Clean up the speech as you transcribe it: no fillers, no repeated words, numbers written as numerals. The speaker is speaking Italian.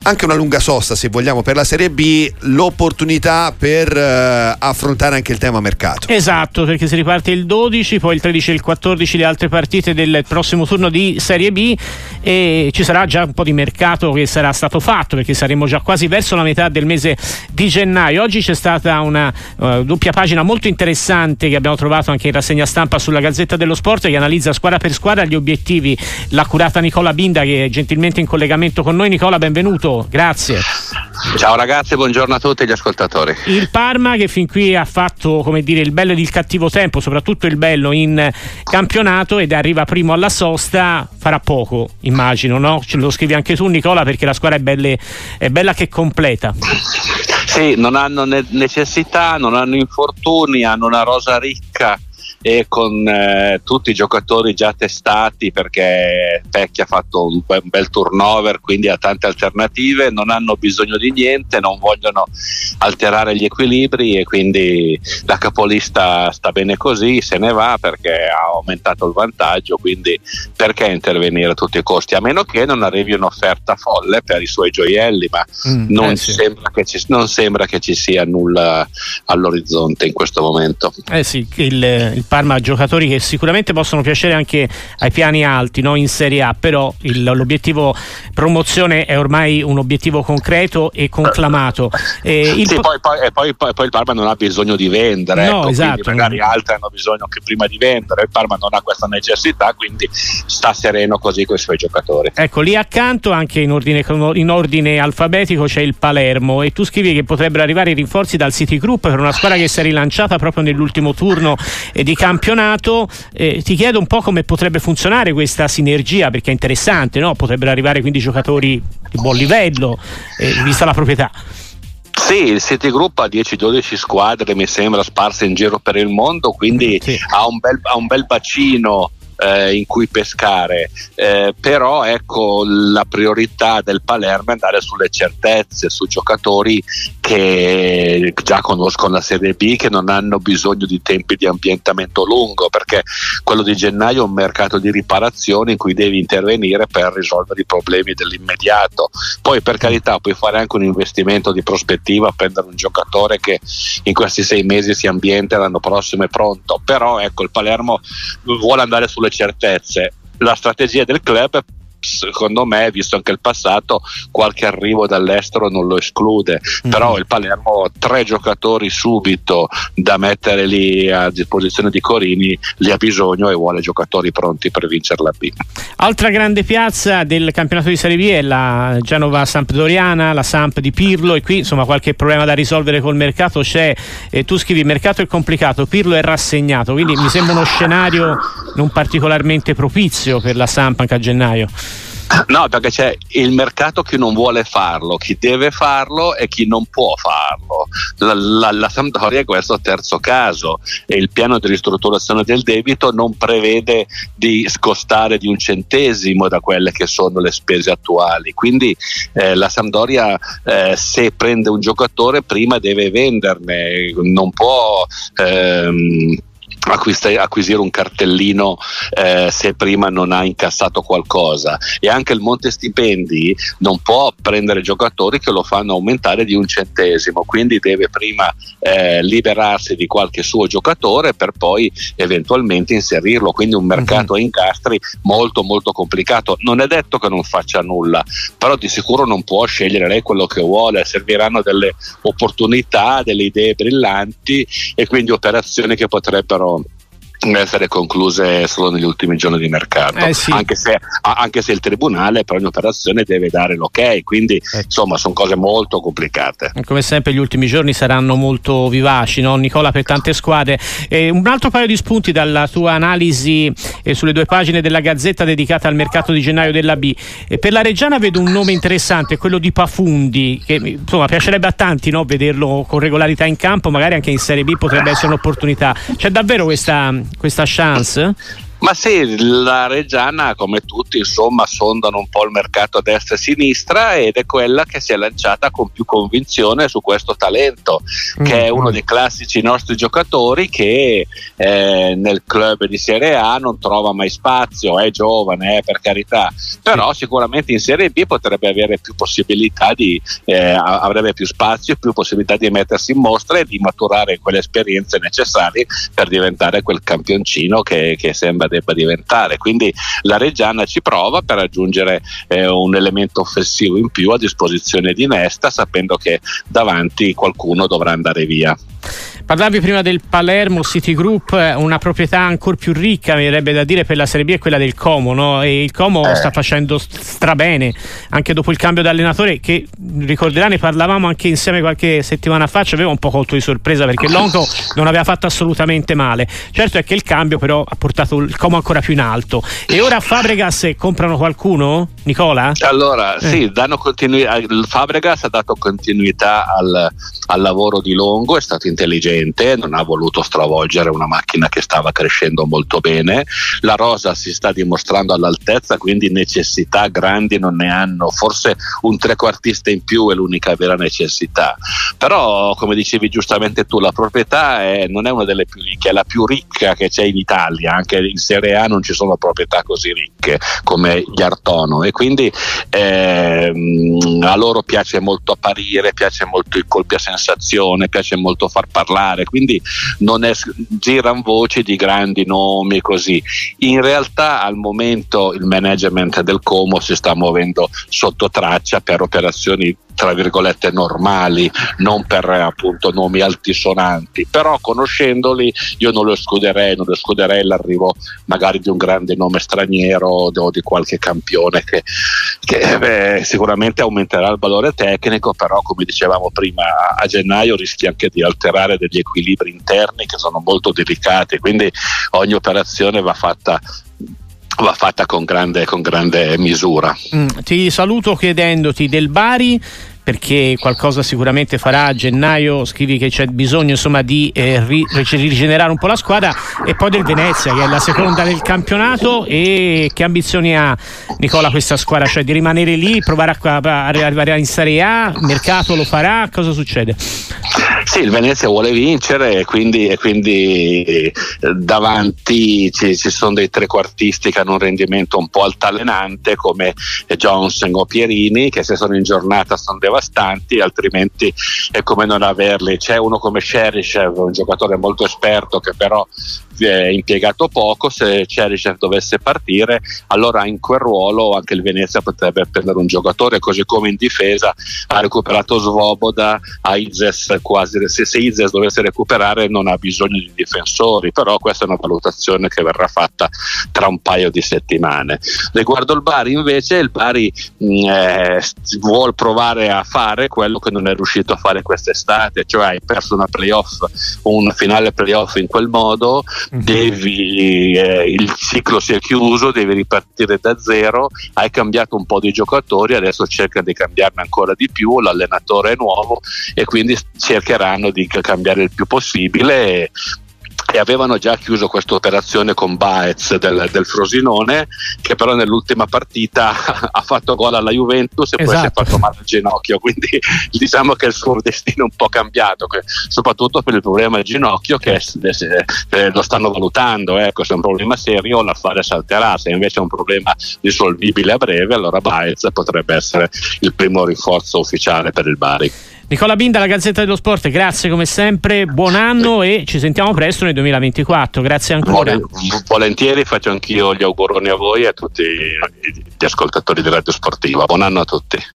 anche una lunga sosta, se vogliamo, per la Serie B, l'opportunità per affrontare anche il tema mercato. Esatto, perché si riparte il 12, poi il 13 e il 14 le altre partite del prossimo turno di Serie B, e ci sarà già un po' di mercato che sarà stato fatto, perché saremo già quasi verso la metà del mese di gennaio. Oggi c'è stata una doppia pagina molto interessante che abbiamo trovato anche in rassegna stampa sulla Gazzetta dello Sport, che analizza squadra per squadra gli obiettivi. L'ha curata Nicola Binda, che è gentilmente in collegamento con noi. Nicola, benvenuto, grazie. Ciao ragazzi, buongiorno a tutti gli ascoltatori. Il Parma, che fin qui ha fatto, come dire, il bello ed il cattivo tempo, soprattutto il bello in campionato, ed arriva primo alla sosta, farà poco, immagino, no? Ce lo scrivi anche tu, Nicola, perché la squadra è bella che completa. Sì, non hanno necessità, non hanno infortuni, hanno una rosa ricca e con tutti i giocatori già testati, perché Pecchi ha fatto un bel turnover, quindi ha tante alternative, non hanno bisogno di niente, non vogliono alterare gli equilibri, e quindi la capolista sta bene così, se ne va perché ha aumentato il vantaggio, quindi perché intervenire a tutti i costi, a meno che non arrivi un'offerta folle per i suoi gioielli, ma non sembra che ci sia nulla all'orizzonte in questo momento. Sì, il Parma ha giocatori che sicuramente possono piacere anche ai piani alti, no? In Serie A, però l'obiettivo promozione è ormai un obiettivo concreto e conclamato. Poi il Parma non ha bisogno di vendere, no, ecco, esatto, quindi magari altri hanno bisogno che prima di vendere, il Parma non ha questa necessità, quindi sta sereno così con i suoi giocatori. Ecco, lì accanto, anche in ordine alfabetico, c'è il Palermo, e tu scrivi che potrebbero arrivare i rinforzi dal Citigroup per una squadra che si è rilanciata proprio nell'ultimo turno di campionato. Ti chiedo un po' come potrebbe funzionare questa sinergia, perché è interessante, no? Potrebbero arrivare quindi giocatori di buon livello, vista la proprietà. Sì, il Citigroup ha 10-12 squadre, mi sembra, sparse in giro per il mondo, quindi sì, ha un bel bacino in cui pescare, però ecco, la priorità del Palermo è andare sulle certezze, su giocatori che già conoscono la Serie B, che non hanno bisogno di tempi di ambientamento lungo, perché quello di gennaio è un mercato di riparazione in cui devi intervenire per risolvere i problemi dell'immediato. Poi, per carità, puoi fare anche un investimento di prospettiva, prendere un giocatore che in questi 6 mesi si ambienta, l'anno prossimo è pronto, però ecco, il Palermo vuole andare sulle certezze. La strategia del club, secondo me, visto anche il passato, qualche arrivo dall'estero non lo esclude, però il Palermo 3 giocatori subito da mettere lì a disposizione di Corini li ha bisogno, e vuole giocatori pronti per vincere la B. Altra grande piazza del campionato di Serie B è la Genova Sampdoriana, la Samp di Pirlo, e qui insomma qualche problema da risolvere col mercato c'è. Tu scrivi: il mercato è complicato, Pirlo è rassegnato, quindi mi sembra uno scenario non particolarmente propizio per la Samp anche a gennaio. No, perché c'è il mercato, chi non vuole farlo, chi deve farlo e chi non può farlo. La Sampdoria è questo terzo caso, e il piano di ristrutturazione del debito non prevede di scostare di un centesimo da quelle che sono le spese attuali, quindi la Sampdoria se prende un giocatore prima deve venderne, non può acquisire un cartellino se prima non ha incassato qualcosa, e anche il monte stipendi non può prendere giocatori che lo fanno aumentare di un centesimo, quindi deve prima liberarsi di qualche suo giocatore per poi eventualmente inserirlo, quindi un mercato a incastri molto molto complicato. Non è detto che non faccia nulla, però di sicuro non può scegliere lei quello che vuole, serviranno delle opportunità, delle idee brillanti, e quindi operazioni che potrebbero essere concluse solo negli ultimi giorni di mercato, sì. anche se il tribunale per ogni operazione deve dare l'ok, quindi insomma sono cose molto complicate. Come sempre gli ultimi giorni saranno molto vivaci, no, Nicola, per tante squadre. Un altro paio di spunti dalla tua analisi sulle 2 pagine della Gazzetta dedicata al mercato di gennaio della B. Per la Reggiana vedo un nome interessante, quello di Pafundi, che insomma piacerebbe a tanti, no, vederlo con regolarità in campo, magari anche in Serie B potrebbe essere un'opportunità. C'è davvero questa chance? Ma sì, la Reggiana come tutti insomma sondano un po' il mercato a destra e a sinistra, ed è quella che si è lanciata con più convinzione su questo talento, che è uno dei classici nostri giocatori che nel club di Serie A non trova mai spazio, è giovane per carità, però sicuramente in Serie B potrebbe avere più possibilità avrebbe più spazio, più possibilità di mettersi in mostra e di maturare quelle esperienze necessarie per diventare quel campioncino che sembra debba diventare. Quindi la Reggiana ci prova per aggiungere un elemento offensivo in più a disposizione di Nesta, sapendo che davanti qualcuno dovrà andare via. Parlavi prima del Palermo City Group, una proprietà ancora più ricca, mi verrebbe da dire, per la Serie B è quella del Como, no? E il Como sta facendo strabene anche dopo il cambio di allenatore, che ricorderà, ne parlavamo anche insieme qualche settimana fa, ci aveva un po' colto di sorpresa perché Longo non aveva fatto assolutamente male. Certo è che il cambio però ha portato il Como ancora più in alto. E ora Fabregas comprano qualcuno, Nicola? Allora sì, danno continuità. Il Fabregas ha dato continuità al lavoro di Longo, è stato intelligente, non ha voluto stravolgere una macchina che stava crescendo molto bene. La rosa si sta dimostrando all'altezza, quindi necessità grandi non ne hanno, forse un trequartista in più è l'unica vera necessità, però come dicevi giustamente tu, la proprietà non è una delle più ricche, è la più ricca che c'è in Italia, anche in Serie A non ci sono proprietà così ricche come gli Artono, e quindi a loro piace molto apparire, piace molto il colpi a sensazione, piace molto far parlare, quindi girano voci di grandi nomi così. In realtà al momento il management del Como si sta muovendo sotto traccia per operazioni tra virgolette normali, non per appunto nomi altisonanti, però conoscendoli io non lo escluderei l'arrivo magari di un grande nome straniero o di qualche campione che sicuramente aumenterà il valore tecnico, però come dicevamo prima a gennaio rischi anche di alterare degli equilibri interni che sono molto delicati, quindi ogni operazione va fatta con grande misura. Ti saluto chiedendoti del Bari, perché qualcosa sicuramente farà a gennaio, scrivi che c'è bisogno insomma di rigenerare un po' la squadra, e poi del Venezia che è la seconda del campionato. E che ambizioni ha, Nicola, questa squadra, cioè di rimanere lì, provare a arrivare in Serie A? Mercato lo farà? Cosa succede? Sì, il Venezia vuole vincere e quindi davanti ci sono dei trequartisti che hanno un rendimento un po' altalenante come Johnson o Pierini, che se sono in giornata sono devastanti, altrimenti è come non averli. C'è uno come Cheryshev, un giocatore molto esperto che però è impiegato poco. Se Cheryshev dovesse partire, allora in quel ruolo anche il Venezia potrebbe prendere un giocatore, così come in difesa ha recuperato Svoboda, a Izes quasi, se Izes dovesse recuperare non ha bisogno di difensori, però questa è una valutazione che verrà fatta tra un paio di settimane. Riguardo il Bari invece, il Bari vuol provare a fare quello che non è riuscito a fare quest'estate, cioè hai perso un finale playoff in quel modo, il ciclo si è chiuso, devi ripartire da zero, hai cambiato un po' di giocatori, adesso cerca di cambiarne ancora di più, l'allenatore è nuovo e quindi cercheranno di cambiare il più possibile. E avevano già chiuso questa operazione con Baez del Frosinone, che però nell'ultima partita ha fatto gol alla Juventus e poi si è fatto male al ginocchio, quindi diciamo che il suo destino è un po' cambiato, soprattutto per il problema del ginocchio che lo stanno valutando, se è un problema serio l'affare salterà, se invece è un problema risolvibile a breve allora Baez potrebbe essere il primo rinforzo ufficiale per il Bari. Nicola Binda, la Gazzetta dello Sport, grazie come sempre, buon anno e ci sentiamo presto nel 2024, grazie ancora. Volentieri, faccio anch'io gli auguroni a voi e a tutti gli ascoltatori di Radio Sportiva, buon anno a tutti.